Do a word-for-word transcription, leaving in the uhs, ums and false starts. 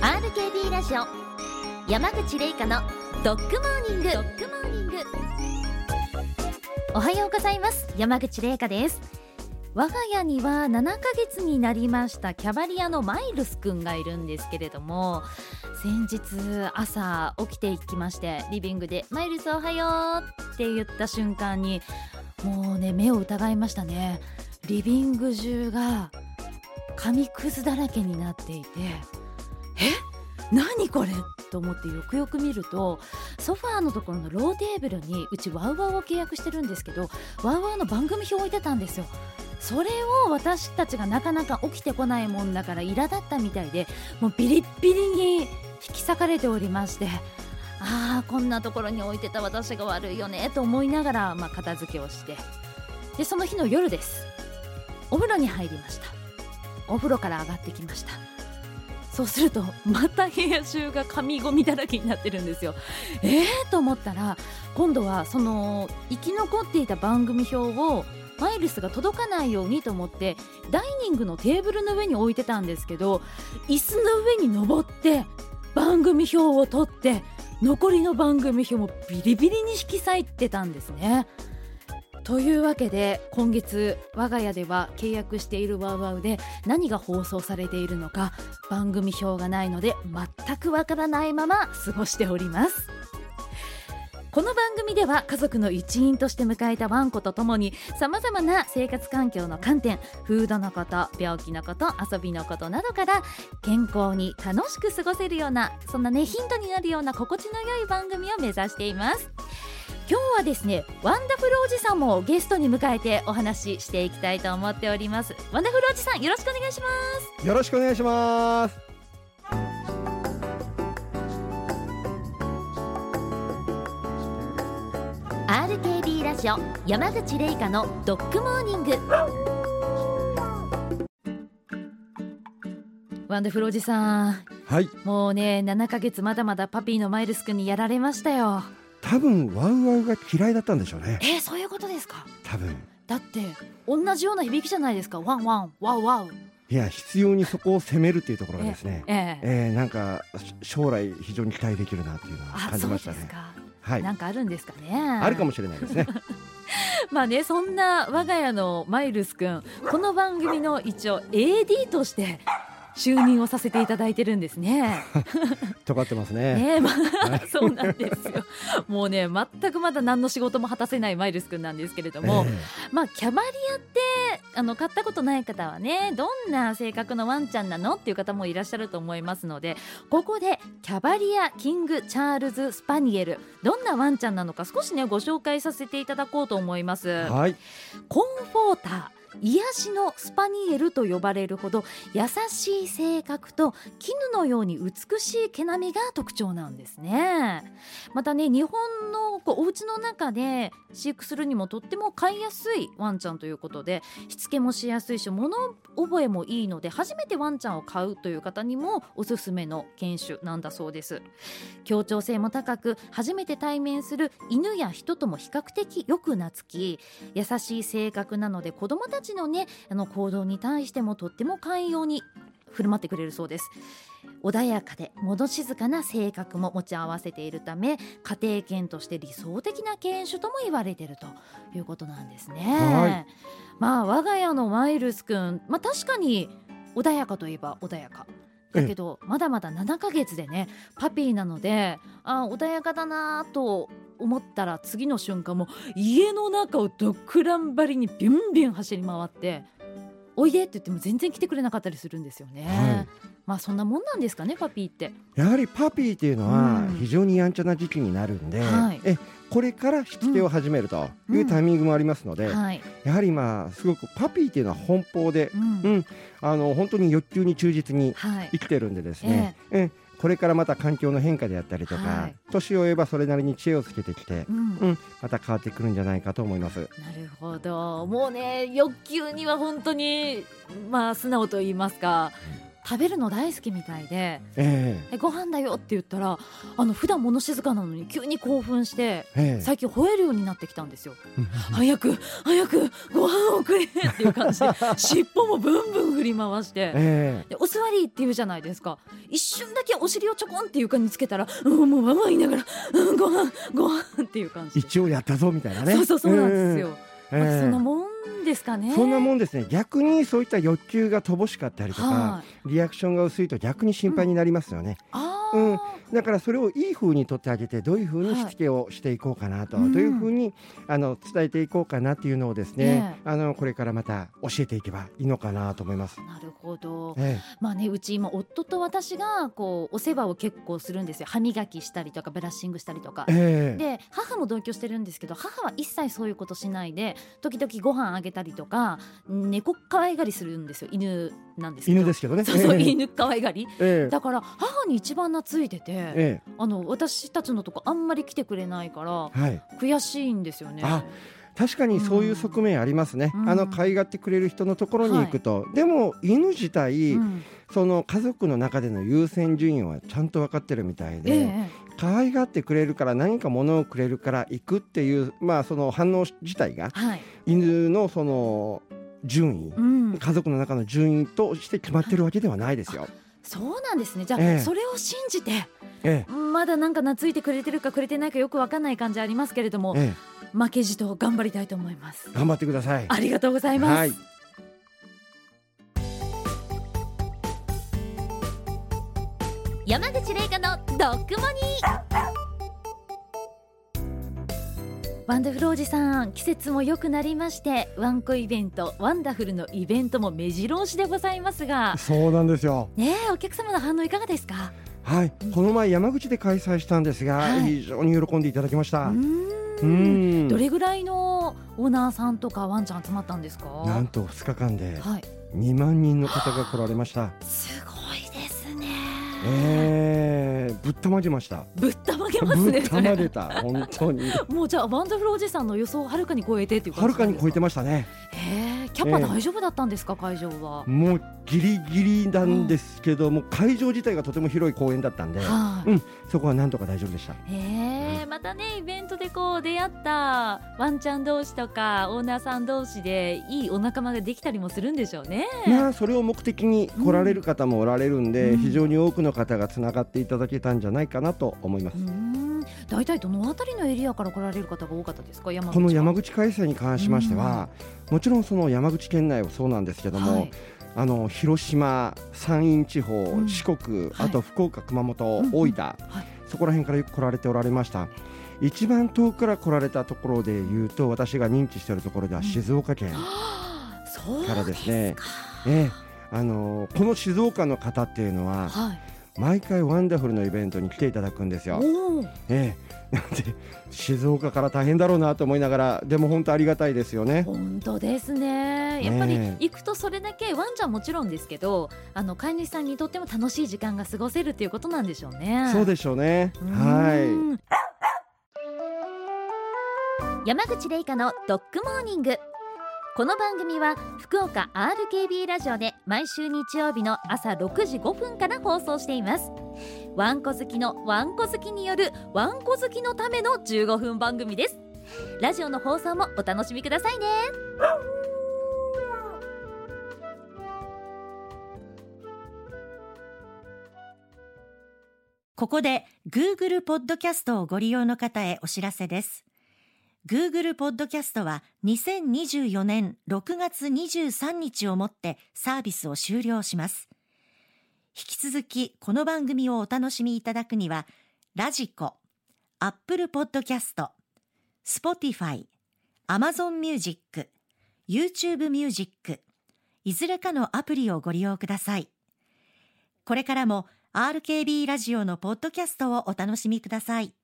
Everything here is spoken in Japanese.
アールケービー ラジオ山口玲香のドッグモーニング。ドッグモーニング。おはようございます。山口玲香です。我が家にはななかげつになりましたキャバリアのマイルスくんがいるんですけれども、先日朝起きていきまして、リビングでマイルスおはようって言った瞬間にもうね、目を疑いましたね。リビング中が紙くずだらけになっていて、え何これと思ってよくよく見ると、ソファーのところのローテーブルにうちワウワウを契約してるんですけど、ワウワウの番組表を置いてたんですよ。それを私たちがなかなか起きてこないもんだから苛立ったみたいで、もうビリッビリに引き裂かれておりまして、あーこんなところに置いてた私が悪いよねと思いながら、まあ、片付けをして、でその日の夜です。お風呂に入りました。お風呂から上がってきました。そうするとまた部屋中が紙ゴミだらけになってるんですよ。えーと思ったら、今度はその生き残っていた番組表をマイルスが届かないようにと思ってダイニングのテーブルの上に置いてたんですけど、椅子の上に登って番組表を取って、残りの番組表もビリビリに引き裂いてたんですね。というわけで今月我が家では契約しているワウワウで何が放送されているのか番組表がないので全くわからないまま過ごしております。この番組では家族の一員として迎えたワンコとともに様々な生活環境の観点、フードのこと、病気のこと、遊びのことなどから健康に楽しく過ごせるような、そんなねヒントになるような心地の良い番組を目指しています。今日はですね、ワンダフルおじさんもゲストに迎えてお話ししていきたいと思っております。ワンダフルおじさん、よろしくお願いします。 よろしくお願いします。 アールケービー ラジオ山口玲香のドッグモーニング。ワンダフルおじさん、 はい、 もうねななかげつまだまだパピーのマイルス君にやられましたよ。 多分ワウワウが嫌いだったんでしょうね。 えー、そういうことですか。 多分だって同じような響きじゃないですか。ワンワンワウワウ。 いや、必要にそこを攻めるっていうところがですね、 えーえー、なんか将来非常に期待できるなっていうのは感じましたね。 あ、そうですか。 はい、 なんかあるんですかね。 あるかもしれないですね。 まあね、そんな我が家のマイルスくん、この番組の一応 エーディー として就任をさせていただいてるんですね。 尖ってますね。 ね、まあ、そうなんですよ。もうね、全くまだ何の仕事も果たせないマイルスくんなんですけれども、えー、まあキャバリアってあの買ったことない方はね、どんな性格のワンちゃんなのっていう方もいらっしゃると思いますので、ここでキャバリアキングチャールズスパニエル、どんなワンちゃんなのか少しねご紹介させていただこうと思います。 はい、 コンフォーター、癒しのスパニエルと呼ばれるほど優しい性格と絹のように美しい毛並みが特徴なんですね。またね、日本のこうお家の中で飼育するにもとっても飼いやすいワンちゃんということで、しつけもしやすいし物覚えもいいので、初めてワンちゃんを飼うという方にもおすすめの犬種なんだそうです。協調性も高く、初めて対面する犬や人とも比較的よく懐き、優しい性格なので子供たちのね、あの行動に対してもとっても寛容に振る舞ってくれるそうです。穏やかで物静かな性格も持ち合わせているため、家庭犬として理想的な犬種とも言われているということなんですね。はい、まあ我が家のマイルスくん、まあ、確かに穏やかといえば穏やかだけど、まだまだななかげつでねパピーなので、あ穏やかだなと思ったら次の瞬間も家の中をドッグラン張りにビュンビュン走り回って、おいでって言っても全然来てくれなかったりするんですよね。はい、まあそんなもんなんですかね、パピーって。 やはりパピーっていうのは非常にやんちゃな時期になるんで、うん、はい、えこれからしつけを始めるというタイミングもありますので、うんはい、やはりまあすごくパピーっていうのは奔放で、うんうん、あの本当に欲求に忠実に生きてるんでですね、はい、ええこれからまた環境の変化であったりとか、はい、年を追えばそれなりに知恵をつけてきて、うんうん、また変わってくるんじゃないかと思います。 なるほど。もうね欲求には本当にまあ素直と言いますか、 食べるの大好きみたいで、 えー、えご飯だよって言ったらあの普段物静かなのに急に興奮して、えー、最近吠えるようになってきたんですよ早く早くご飯をくれっていう感じで尻尾もブンブン振り回して、えー、でお座りって言うじゃないですか。一瞬だけお尻をちょこんって床につけたら、うん、もうママ言いながら、うん、ご飯ご飯っていう感じで一応やったぞみたいなね。 そうそうそうなんですよ、えーまあ、そんなもんですかね。 そんなもんですね。逆にそういった欲求が乏しかったりとか、はい、リアクションが薄いと逆に心配になりますよね、うん、あうん、だからそれをいい風に取ってあげてどういう風にしつけをしていこうかなと、はい、どういう風にあの伝えていこうかなっていうのをですね、ねあのこれからまた教えていけばいいのかなと思います。 なるほど、ええまあね、うち今夫と私がこうお世話を結構するんですよ。歯磨きしたりとかブラッシングしたりとか、ええ、で母も同居してるんですけど母は一切そういうことしないで時々ご飯あげたりとか猫可愛がりするんですよ。犬なんですけど犬ですけどね。 そうそう、ええ、犬可愛がり、ええ、だから母に一番懐いてて、ええ、あの私たちのとこあんまり来てくれないから、はい、悔しいんですよね。 あ確かにそういう側面ありますね、うん、あの可愛がってくれる人のところに行くと、はい、でも犬自体、うん、その家族の中での優先順位はちゃんと分かってるみたいで、ええ、可愛がってくれるから何か物をくれるから行くっていう、まあ、その反応自体が、はい、犬のその順位、うん、家族の中の順位として決まってるわけではないですよ。 そうなんですね。じゃあ、ええ、それを信じて、ええ、まだなんか懐いてくれてるかくれてないかよく分かんない感じありますけれども、ええ、負けじと頑張りたいと思います。 頑張ってください。 ありがとうございます、はい、山口玲香のドッグモニー。ワンダフルおじさん、季節も良くなりましてワンコイベントワンダフルのイベントも目白押しでございますが。 そうなんですよ、 ね、お客様の反応いかがですか？ はい、うん、この前山口で開催したんですが、はい、非常に喜んでいただきました。うーんどれぐらいのオーナーさんとかワンちゃん集まったんですか？ なんとふつかかんでにまんにんの方が来られました。 すごいですね。 えー、ぶったまげました。 ぶったまげますね。 ぶったまげた本当にもうじゃあワンダフルおじさんの予想をはるかに超えてっていう感じですか？ はるかに超えてましたね。 へー、キャパ大丈夫だったんですか？えー、会場はもうギリギリなんですけども、うん、会場自体がとても広い公園だったんで、はあうん、そこはなんとか大丈夫でした。 へー、うん、またねイベントでこう出会ったワンちゃん同士とかオーナーさん同士でいいお仲間ができたりもするんでしょうね。 まあそれを目的に来られる方もおられるんで、うん、非常に多くの方がつながっていただけたんじゃないかなと思います。 だいたいどのあたりのエリアから来られる方が多かったですか？山口この山口開催に関しましては、もちろんその山口県内はそうなんですけども、はい、あの広島、山陰地方、うん、四国、はい、あと福岡、熊本、うん、大分、はい、そこら辺からよく来られておられました。一番遠くから来られたところでいうと私が認知しているところでは静岡県からですね、うんええあのこの静岡の方っていうのは、はい毎回ワンダフルのイベントに来ていただくんですよ。ええ、なんで静岡から大変だろうなと思いながら、でも本当ありがたいですよね。 本当ですね。やっぱり行くとそれだけワンちゃんもちろんですけど、あの飼い主さんにとっても楽しい時間が過ごせるっていうことなんでしょうね。 そうでしょうね。はい。 山口玲香のドッグモーニング。この番組は福岡 アールケービー ラジオで毎週日曜日の朝ろくじごふんから放送しています。ワンコ好きのワンコ好きによるワンコ好きのためのじゅうごふん番組です。ラジオの放送もお楽しみくださいね。 ここで Google ポッドキャストをご利用の方へお知らせです。Google ポッドキャストはにせんにじゅうよねんろくがつにじゅうさんにちをもってサービスを終了します。引き続きこの番組をお楽しみいただくには、ラジコ、Apple ポッドキャスト、Spotify、Amazon Music、YouTube Music、いずれかのアプリをご利用ください。これからも アールケービー ラジオのポッドキャストをお楽しみください。